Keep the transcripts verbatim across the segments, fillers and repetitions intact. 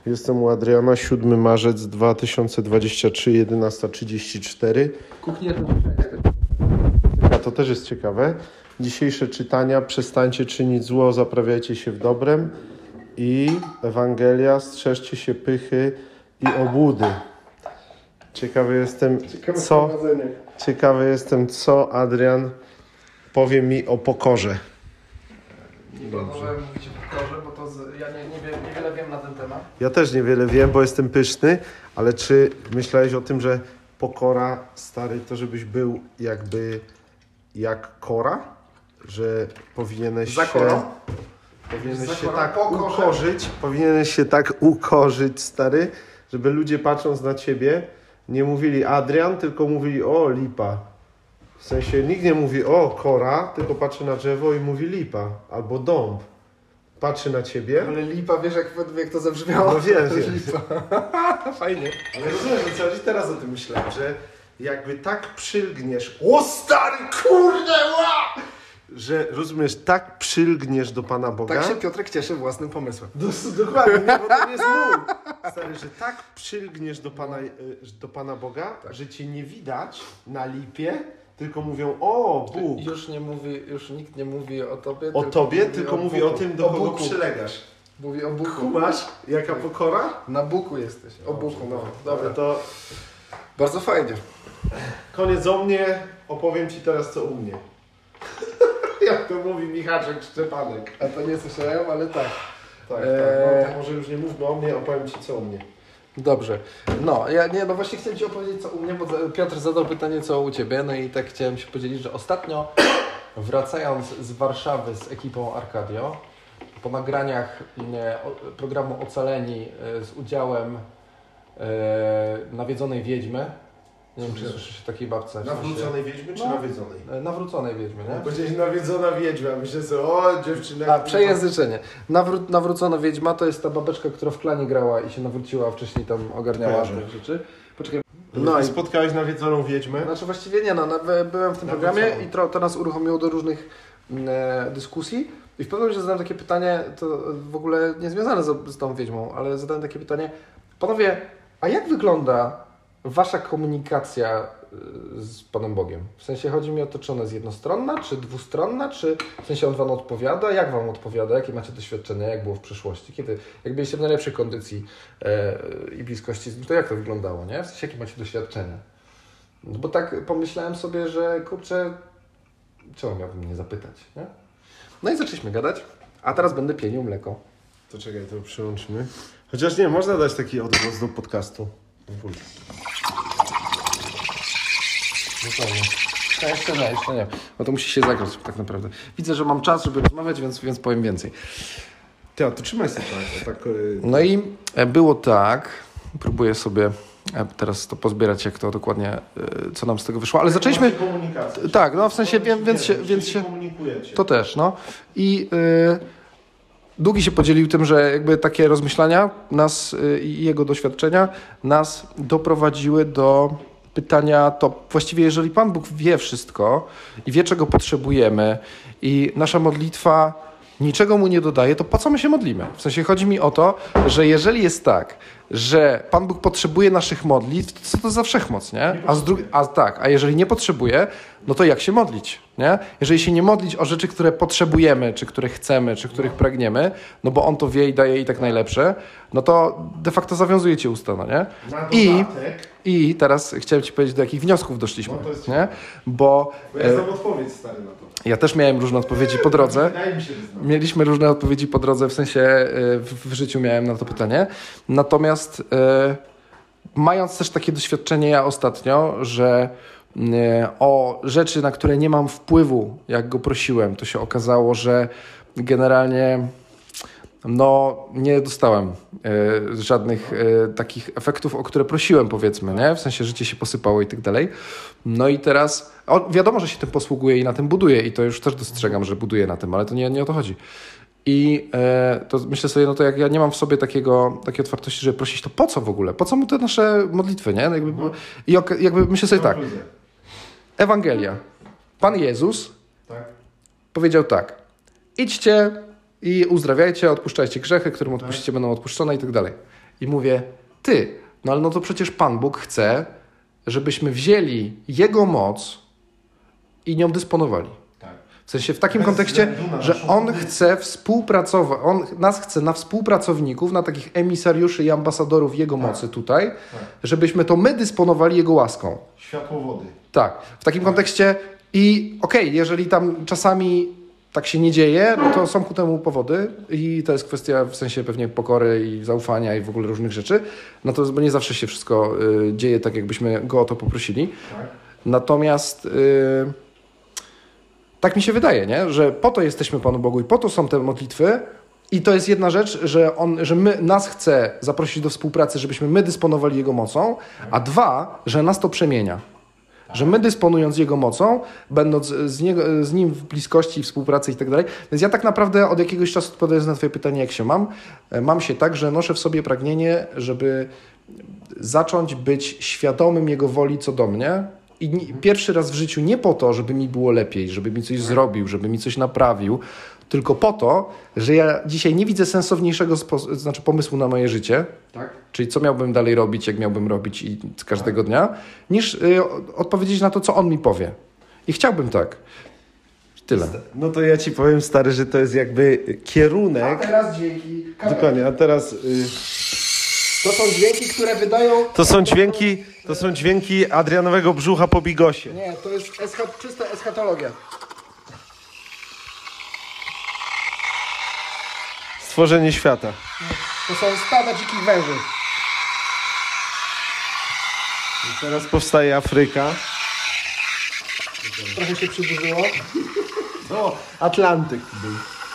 Jestem u Adriana, siódmy marzec dwa tysiące dwudziesty trzeci, jedenasta trzydzieści cztery. Kuchnia A to też jest ciekawe. Dzisiejsze czytania: przestańcie czynić zło, zaprawiajcie się w dobrem. I Ewangelia: strzeżcie się pychy i obłudy. Ciekawy jestem, Ciekawe co, ciekawy jestem, co Adrian powie mi o pokorze. Nie planowałem mówić o pokorze, bo to z, ja nie, nie wiem, niewiele wiem na ten temat. Ja też niewiele wiem, bo jestem pyszny, ale czy myślałeś o tym, że pokora, stary, to żebyś był jakby jak kora? Że powinieneś Za się... korą? Powinieneś Za się korą, tak po korze. ukorzyć, powinieneś się tak ukorzyć, stary, żeby ludzie patrząc na ciebie nie mówili Adrian, tylko mówili o, lipa. W sensie nikt nie mówi o, kora, tylko patrzy na drzewo i mówi lipa. Albo dąb. Patrzy na ciebie. Ale lipa, wiesz jak, jak to zabrzmiało? No wiem, To jest wiem. lipa. Fajnie. Ale rozumiem, że cały czas teraz o tym myślałem, że jakby tak przylgniesz, o stary, kurde, ła! Że rozumiesz, tak przylgniesz do Pana Boga. Tak się Piotrek cieszy własnym pomysłem. Dos- dokładnie, nie, bo to nie jest mój. Stary, że tak przylgniesz do Pana, y, do Pana Boga, Tak. że Cię nie widać na lipie, tylko mówią o, Bóg. Już nie mówi, już nikt nie mówi o tobie. O Tobie, tylko mówi o Buku. tym, do o kogo Buku. przylegasz. Mówi o Buku. Kumasz, jaka pokora? Na Buku jesteś. O Buku, no. Dobra, Dobra. to Bardzo fajnie. koniec o mnie, opowiem Ci teraz co u mnie. Jak to mówi Michaczek Szczepanek. A to nie słyszałem, ale tak. Tak, Eee. tak, no to może już nie mówmy o mnie, opowiem Ci co u mnie. Dobrze. No, ja nie, no właśnie chciałem Ci opowiedzieć co u mnie, bo za- Piotr zadał pytanie co u Ciebie, no i tak chciałem się podzielić, że ostatnio wracając z Warszawy z ekipą Arcadio, po nagraniach nie, o, programu Ocaleni e, z udziałem e, nawiedzonej wiedźmy, nie wiem czy słyszysz o takiej babce. w sensie- Nawróconej wiedźmy czy No. nawiedzonej? e, Nawróconej wiedźmy, nie? Powiedziałeś nawiedzona wiedźma, myślę sobie, o dziewczyna. A, przejęzyczenie. Nawró- nawrócona wiedźma to jest ta babeczka, która w klanie grała i się nawróciła, a wcześniej tam ogarniała Kojarzę. te rzeczy. Poczekaj. No No i i spotkałeś nawiedzoną wiedźmę? znaczy właściwie nie, no, na- byłem w tym Nawróconą. programie i to, to nas uruchomiło do różnych mm, e, dyskusji i w pewnym momencie zadałem takie pytanie, to w ogóle nie związane z, z tą wiedźmą, ale zadałem takie pytanie, panowie, a jak wygląda wasza komunikacja y, z Panem Bogiem? W sensie chodzi mi o to, czy ona jest jednostronna, czy dwustronna, czy w sensie on wam odpowiada, jak wam odpowiada, jakie macie doświadczenia, jak było w przeszłości, kiedy, jak byliście w najlepszej kondycji e, i bliskości z nim, to jak to wyglądało, nie? W sensie jakie macie doświadczenia? No bo tak pomyślałem sobie, że kurczę, czemu miałbym nie zapytać, nie? No i zaczęliśmy gadać, a teraz będę pienił mleko. To czekaj, to przyłączymy. Chociaż nie, można dać taki odgłos do podcastu. Dokładnie. No jeszcze nie, jeszcze nie. No to musi się zagrać tak naprawdę. Widzę, że mam czas, żeby rozmawiać, więc, więc powiem więcej. Ty, a to trzymaj sobie tak, tak yy, No i e, było tak, próbuję sobie e, teraz to pozbierać, jak to dokładnie, e, co nam z tego wyszło, ale zaczęliśmy... macie komunikację. Tak, no w sensie, To wiem, więc się... wiesz, Więc się się komunikujecie. to też, no. I y, Długi się podzielił tym, że jakby takie rozmyślania nas y, i jego doświadczenia nas doprowadziły do pytania, to właściwie jeżeli Pan Bóg wie wszystko i wie, czego potrzebujemy i nasza modlitwa niczego Mu nie dodaje, to po co my się modlimy? W sensie chodzi mi o to, że jeżeli jest tak, że Pan Bóg potrzebuje naszych modlitw, to co to za wszechmoc, nie? A, z dru- a tak, a jeżeli nie potrzebuje, no to jak się modlić, nie? Jeżeli się nie modlić o rzeczy, które potrzebujemy, czy które chcemy, czy których pragniemy, no bo On to wie i daje i tak najlepsze, no to de facto zawiązuje Cię usta, no nie? Na I, dodatek, I teraz chciałem Ci powiedzieć, do jakich wniosków doszliśmy, No to jest nie? Bo bo ja e, znam odpowiedź, stary, na to. ja też miałem różne odpowiedzi po drodze. Wydaje mi się, że znam. Mieliśmy różne odpowiedzi po drodze, w sensie e, w, w życiu miałem na to pytanie. Natomiast e, mając też takie doświadczenie ja ostatnio, że e, o rzeczy, na które nie mam wpływu, jak go prosiłem, to się okazało, że generalnie no nie dostałem e, żadnych e, takich efektów, o które prosiłem, powiedzmy, nie? W sensie życie się posypało i tak dalej. No i teraz o, wiadomo, że się tym posługuję i na tym buduję i to już też dostrzegam, że buduję na tym, ale to nie, nie o to chodzi. I e, to myślę sobie, no to jak ja nie mam w sobie takiego, takiej otwartości, żeby prosić, to po co w ogóle? Po co mu te nasze modlitwy, nie? Jakby, bo, I ok, jakby myślę sobie tak, Konkluzja. Ewangelia. Pan Jezus Tak? powiedział tak, idźcie i uzdrawiajcie, odpuszczajcie grzechy, którym odpuścicie, będą odpuszczone i tak dalej. I mówię, ty, no ale no to przecież Pan Bóg chce, żebyśmy wzięli Jego moc i nią dysponowali. Tak. W sensie w takim Bez kontekście, na że On naszą chce współpracować, On nas chce na współpracowników, na takich emisariuszy i ambasadorów Jego tak. mocy tutaj, tak. żebyśmy to my dysponowali Jego łaską. Światło wody. Tak, w takim tak. kontekście i okej, okay, jeżeli tam czasami tak się nie dzieje, no to są ku temu powody i to jest kwestia w sensie pewnie pokory i zaufania i w ogóle różnych rzeczy. Natomiast bo nie zawsze się wszystko y, dzieje tak, jakbyśmy go o to poprosili. Tak. Natomiast y, tak mi się wydaje, nie? Że po to jesteśmy Panu Bogu i po to są te modlitwy. I to jest jedna rzecz, że, on, że my, nas chce zaprosić do współpracy, żebyśmy my dysponowali Jego mocą, a dwa, że nas to przemienia. Że my dysponując Jego mocą, będąc z, niego, z Nim w bliskości, współpracy i tak dalej. Więc ja tak naprawdę od jakiegoś czasu odpowiadając na Twoje pytanie, jak się mam, mam się tak, że noszę w sobie pragnienie, żeby zacząć być świadomym Jego woli co do mnie. I nie, pierwszy raz w życiu nie po to, żeby mi było lepiej, żeby mi coś zrobił, żeby mi coś naprawił, tylko po to, że ja dzisiaj nie widzę sensowniejszego spo- znaczy pomysłu na moje życie, tak? Czyli co miałbym dalej robić, jak miałbym robić i każdego tak. dnia, niż y, odpowiedzieć na to, co on mi powie. I chciałbym tak. Tyle. No to ja ci powiem, stary, że to jest jakby kierunek. A teraz dźwięki. Dokładnie, a teraz... Y... To są dźwięki, które wydają... To są dźwięki, to są dźwięki Adrianowego brzucha po bigosie. Nie, to jest escha- czysta eschatologia. Stworzenie świata. To są stada dzikich węży. I teraz powstaje Afryka. Trochę się przyburzyło. O, Atlantyk był.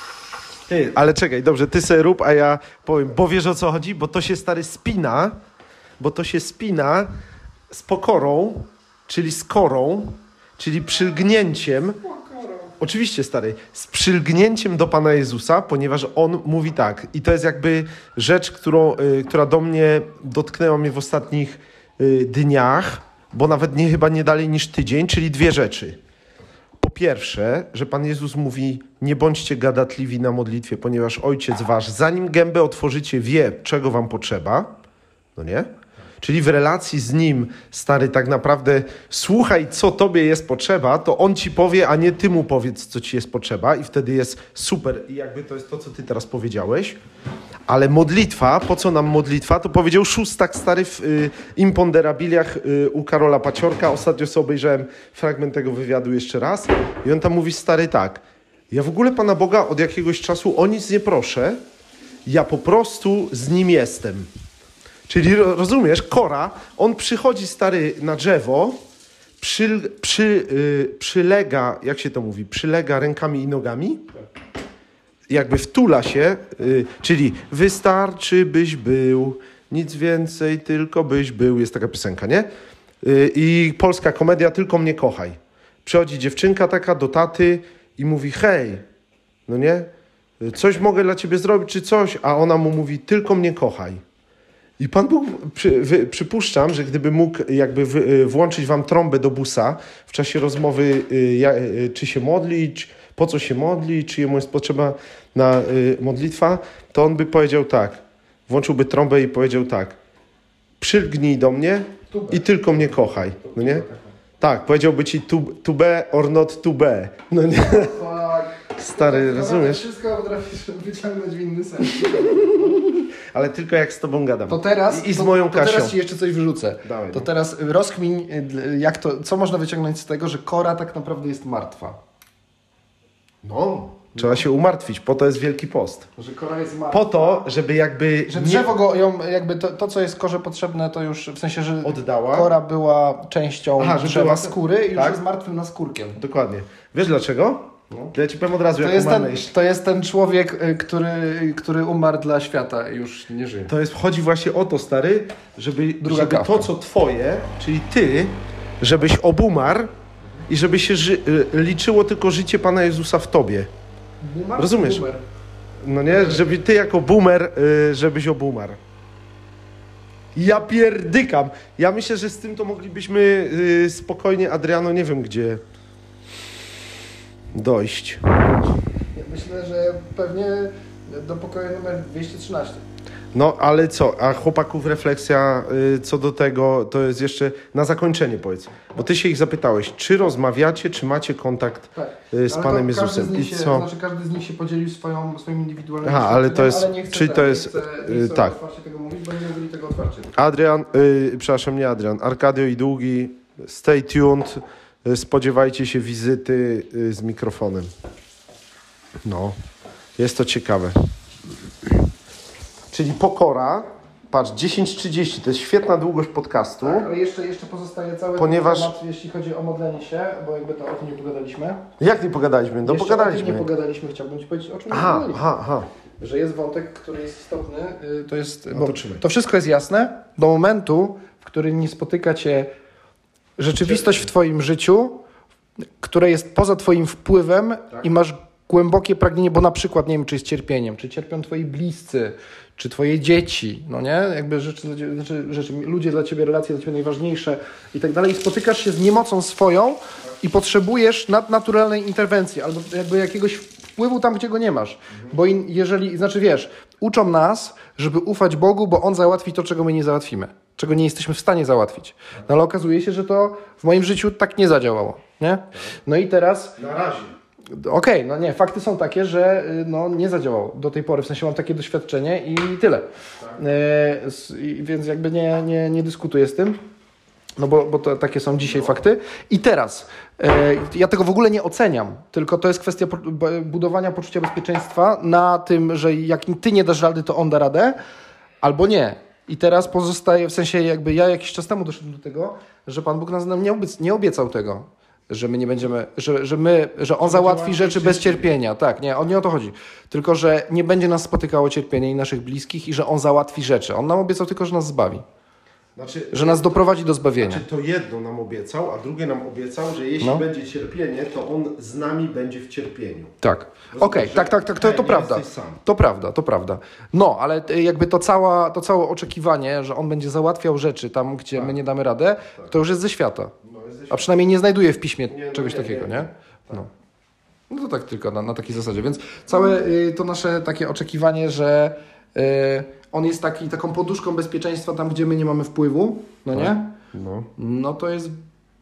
Ty, ale czekaj, dobrze, ty sobie rób, a ja powiem, bo wiesz o co chodzi? Bo to się, stary, spina, bo to się spina z pokorą, czyli z korą, czyli przylgnięciem. Oczywiście, stary, z przylgnięciem do Pana Jezusa, ponieważ On mówi tak. I to jest jakby rzecz, którą, y, która do mnie dotknęła mnie w ostatnich y, dniach, bo nawet nie chyba nie dalej niż tydzień, czyli dwie rzeczy. Po pierwsze, że Pan Jezus mówi, nie bądźcie gadatliwi na modlitwie, ponieważ Ojciec Wasz, zanim gębę otworzycie, wie, czego Wam potrzeba. No nie? Czyli w relacji z Nim, stary, tak naprawdę słuchaj, co Tobie jest potrzeba, to On Ci powie, a nie Ty Mu powiedz, co Ci jest potrzeba i wtedy jest super. I jakby to jest to, co Ty teraz powiedziałeś. Ale modlitwa, po co nam modlitwa? To powiedział Szóstak, stary, w y, Imponderabiliach y, u Karola Paciorka. Ostatnio sobie obejrzałem fragment tego wywiadu jeszcze raz. I on tam mówi, stary, tak. Ja w ogóle Pana Boga od jakiegoś czasu o nic nie proszę. Ja po prostu z Nim jestem. Czyli rozumiesz, Kora, on przychodzi, stary, na drzewo, przy, przy, yy, przylega, jak się to mówi, przylega rękami i nogami, jakby wtula się, yy, czyli wystarczy byś był, nic więcej, tylko byś był, jest taka piosenka, nie? Yy, I polska komedia, tylko mnie kochaj. Przychodzi dziewczynka taka do taty i mówi, hej, no nie, coś mogę dla ciebie zrobić, czy coś, a ona mu mówi, tylko mnie kochaj. I Pan Bóg, przy, wy, przypuszczam, że gdyby mógł jakby wy, włączyć wam trąbę do busa w czasie rozmowy, y, ja, y, czy się modlić, po co się modli, czy jemu jest potrzeba na y, modlitwa, to on by powiedział tak, włączyłby trąbę i powiedział tak, przylgnij do mnie i tylko mnie kochaj, no nie? Tak, powiedziałby ci to, to be or not to be, no nie? Stary, rozumiesz? Wszystko potrafisz wyciągnąć w inny sens. Ale tylko jak z tobą gadam. To teraz, I, i z to, moją to Kasią. teraz ci jeszcze coś wyrzucę. Dawaj, to no. teraz rozkmin, jak to, co można wyciągnąć z tego, że Kora tak naprawdę jest martwa. No, trzeba się umartwić, po to jest Wielki Post. Że Kora jest martwa. Po to, żeby jakby... Że drzewo go, ją, jakby to, to, co jest Korze potrzebne, to już w sensie, że oddała. Kora była częścią Aha, drzewa była... skóry i już tak? jest martwym naskórkiem. Dokładnie. Wiesz dlaczego? No. To ja ci powiem od razu, to jak jest, ten, myśl. to jest ten człowiek, który, który umarł dla świata i już nie żyje. To jest, chodzi właśnie o to, stary, żeby, Druga żeby to, co twoje, czyli ty, żebyś obumarł i żeby się ży, liczyło tylko życie Pana Jezusa w tobie. Boomer? Rozumiesz? Boomer. No nie? Żeby ty jako boomer, żebyś obumarł. Ja pierdykam. Ja myślę, że z tym to moglibyśmy spokojnie, Adriano, nie wiem gdzie dojść. Ja myślę, że pewnie do pokoju numer dwieście trzynaście. No, ale co? A chłopaków refleksja y, co do tego, to jest jeszcze na zakończenie powiedz. Bo ty się ich zapytałeś, czy rozmawiacie, czy macie kontakt Tak. y, z Ale Panem to każdy Jezusem? z nich I się, co? Znaczy każdy z nich się podzielił swoją, swoim indywidualnym Aha, ale to jest- ale nie chcę czyli to ten, jest, nie chcę, y, nie chcę tak. otwarcie tego mówić, bo nie mówili tego otwarcie. Adrian, y, przepraszam, nie Adrian, Arkadio i Długi, stay tuned, y, spodziewajcie się wizyty y, z mikrofonem. No, jest to ciekawe. Czyli pokora, patrz, dziesięć trzydzieści, to jest świetna długość podcastu. Tak, ale jeszcze, jeszcze pozostaje cały Ponieważ- temat, jeśli chodzi o modlenie się, bo jakby to o tym nie pogadaliśmy. Jak nie pogadaliśmy? No Jeszcze o tym pogadaliśmy. nie pogadaliśmy, chciałbym Ci powiedzieć, o czym nie Aha, pogadaliśmy. aha, aha. Że jest wątek, który jest istotny, y, to jest, No bo to trzymaj. to wszystko jest jasne do momentu, w którym nie spotyka Cię rzeczywistość w Twoim życiu, które jest poza Twoim wpływem i masz głębokie pragnienie, bo na przykład, nie wiem, czy jest cierpieniem, czy cierpią Twoi bliscy, czy Twoje dzieci, no nie? Jakby rzeczy, dla ciebie- znaczy, rzeczy, ludzie dla Ciebie, relacje dla Ciebie najważniejsze i tak dalej. I spotykasz się z niemocą swoją i potrzebujesz nadnaturalnej interwencji albo jakby jakiegoś wpływu tam, gdzie go nie masz. Bo in, jeżeli, znaczy wiesz, uczą nas, żeby ufać Bogu, bo On załatwi to, czego my nie załatwimy, czego nie jesteśmy w stanie załatwić. No ale okazuje się, że to w moim życiu tak nie zadziałało, nie? No i teraz... Na razie. Okej, no nie, fakty są takie, że y, no, nie zadziałało do tej pory, w sensie mam takie doświadczenie i tyle. E, s- i, więc jakby nie, nie, nie dyskutuję z tym, no bo, bo to takie są dzisiaj fakty. I teraz, e, ja tego w ogóle nie oceniam, tylko to jest kwestia po, b- budowania poczucia bezpieczeństwa na tym, że jak ty nie dasz rady, to on da radę, albo nie. I teraz pozostaje, w sensie jakby ja jakiś czas temu doszedłem do tego, że Pan Bóg nas nam nie, obiec, nie obiecał tego. Że my nie będziemy, że, że my, że on załatwi rzeczy bez cierpienia. Tak, nie, on nie o to chodzi. Tylko, że nie będzie nas spotykało cierpienie i naszych bliskich i że on załatwi rzeczy. On nam obiecał tylko, że nas zbawi. Znaczy, Że nas doprowadzi do zbawienia. Znaczy to jedno nam obiecał, a drugie nam obiecał, że jeśli No. będzie cierpienie, to on z nami będzie w cierpieniu. Tak. Okej, że tak, tak, tak, to, nie, to nie prawda. jesteś sam. To prawda, to prawda. No, ale y, jakby to, cała, to całe oczekiwanie, że on będzie załatwiał rzeczy tam, gdzie Tak. my nie damy radę, to już jest ze świata. No, jesteś... A przynajmniej nie znajduje w piśmie Nie, no czegoś nie, takiego, nie, nie? nie. No. No to tak tylko na, na takiej zasadzie. Więc całe y, to nasze takie oczekiwanie, że y, on jest taki, taką poduszką bezpieczeństwa tam, gdzie my nie mamy wpływu, no nie? No. No to jest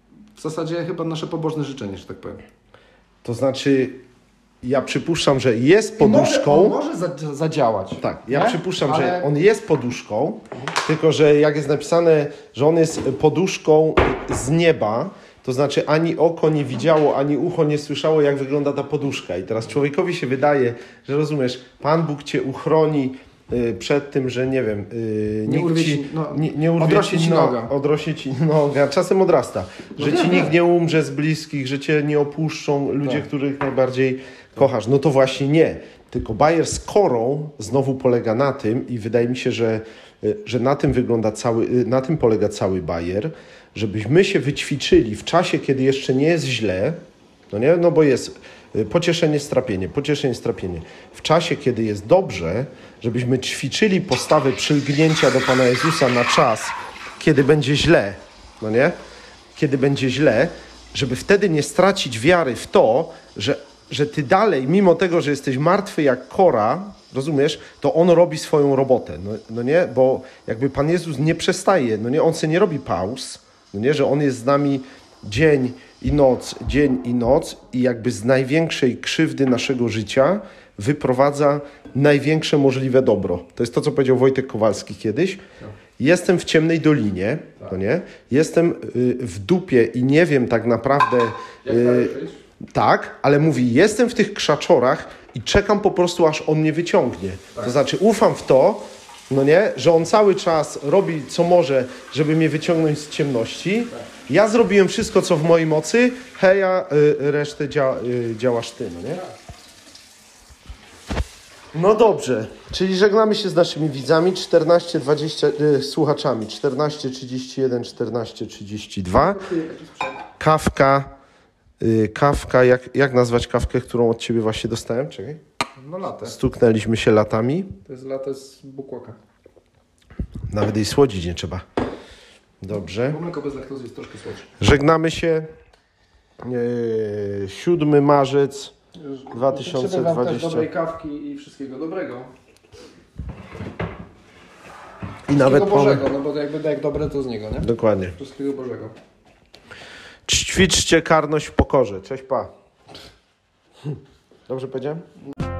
w zasadzie chyba nasze pobożne życzenie, że tak powiem. To znaczy, ja przypuszczam, że jest I może, poduszką. on może za, zadziałać. Tak, ja nie? przypuszczam, Ale- że on jest poduszką, tylko że jak jest napisane, że on jest poduszką z nieba, to znaczy ani oko nie widziało, ani ucho nie słyszało, jak wygląda ta poduszka. I teraz człowiekowi się wydaje, że rozumiesz, Pan Bóg cię uchroni y, przed tym, że nie wiem, y, Nie nikt urwie ci, ci- no, nie, nie urwie odrośnie ci no- noga. Odrośnie ci noga, czasem odrasta. No że wiem, ci wiem. nikt nie umrze z bliskich, że cię nie opuszczą ludzie, Tak. których najbardziej kochasz. No to właśnie nie. Tylko Bayer z korą znowu polega na tym i wydaje mi się, że, że na tym wygląda cały, na tym polega cały Bayer, żebyśmy się wyćwiczyli w czasie, kiedy jeszcze nie jest źle, no nie, no bo jest pocieszenie, strapienie, pocieszenie, strapienie. W czasie, kiedy jest dobrze, żebyśmy ćwiczyli postawę przylgnięcia do Pana Jezusa na czas, kiedy będzie źle, no nie? Kiedy będzie źle, żeby wtedy nie stracić wiary w to, że, że ty dalej, mimo tego, że jesteś martwy jak kora, rozumiesz, to on robi swoją robotę, no, no nie? Bo jakby Pan Jezus nie przestaje, no nie? On sobie nie robi pauz, no nie? Że On jest z nami dzień i noc, dzień i noc i jakby z największej krzywdy naszego życia wyprowadza największe możliwe dobro. To jest to, co powiedział Wojtek Kowalski kiedyś. Jestem w ciemnej dolinie, no nie? Jestem y, w dupie i nie wiem tak naprawdę... Y, tak, ale mówi, jestem w tych krzaczorach i czekam po prostu, aż On mnie wyciągnie. To znaczy ufam w to, no nie, że On cały czas robi co może, żeby mnie wyciągnąć z ciemności. Ja zrobiłem wszystko, co w mojej mocy, heja, y, resztę dzia, y, działasz Ty, no nie? No dobrze, czyli żegnamy się z naszymi widzami, czternaście dwadzieścia, y, słuchaczami, czternaście trzydzieści jeden, czternaście trzydzieści dwa. Kawka, y, kawka, jak, jak nazwać kawkę, którą od Ciebie właśnie dostałem? Czekaj. No latę. Stuknęliśmy się latami. To jest latę z bukłoka. Nawet jej słodzić nie trzeba. Dobrze. Bo mleko bez laktozy jest troszkę słodsze. Żegnamy się. Yy, siódmy marzec dwa tysiące Życzymy wam też dwudziestego. dobrej kawki i wszystkiego dobrego. I nawet Wszystkiego mamy... Bożego, no bo jakby jak dobre to z niego, nie? Dokładnie. Wszystkiego Bożego. Ćwiczcie karność w pokorze. Cześć, pa. Dobrze powiedziałem?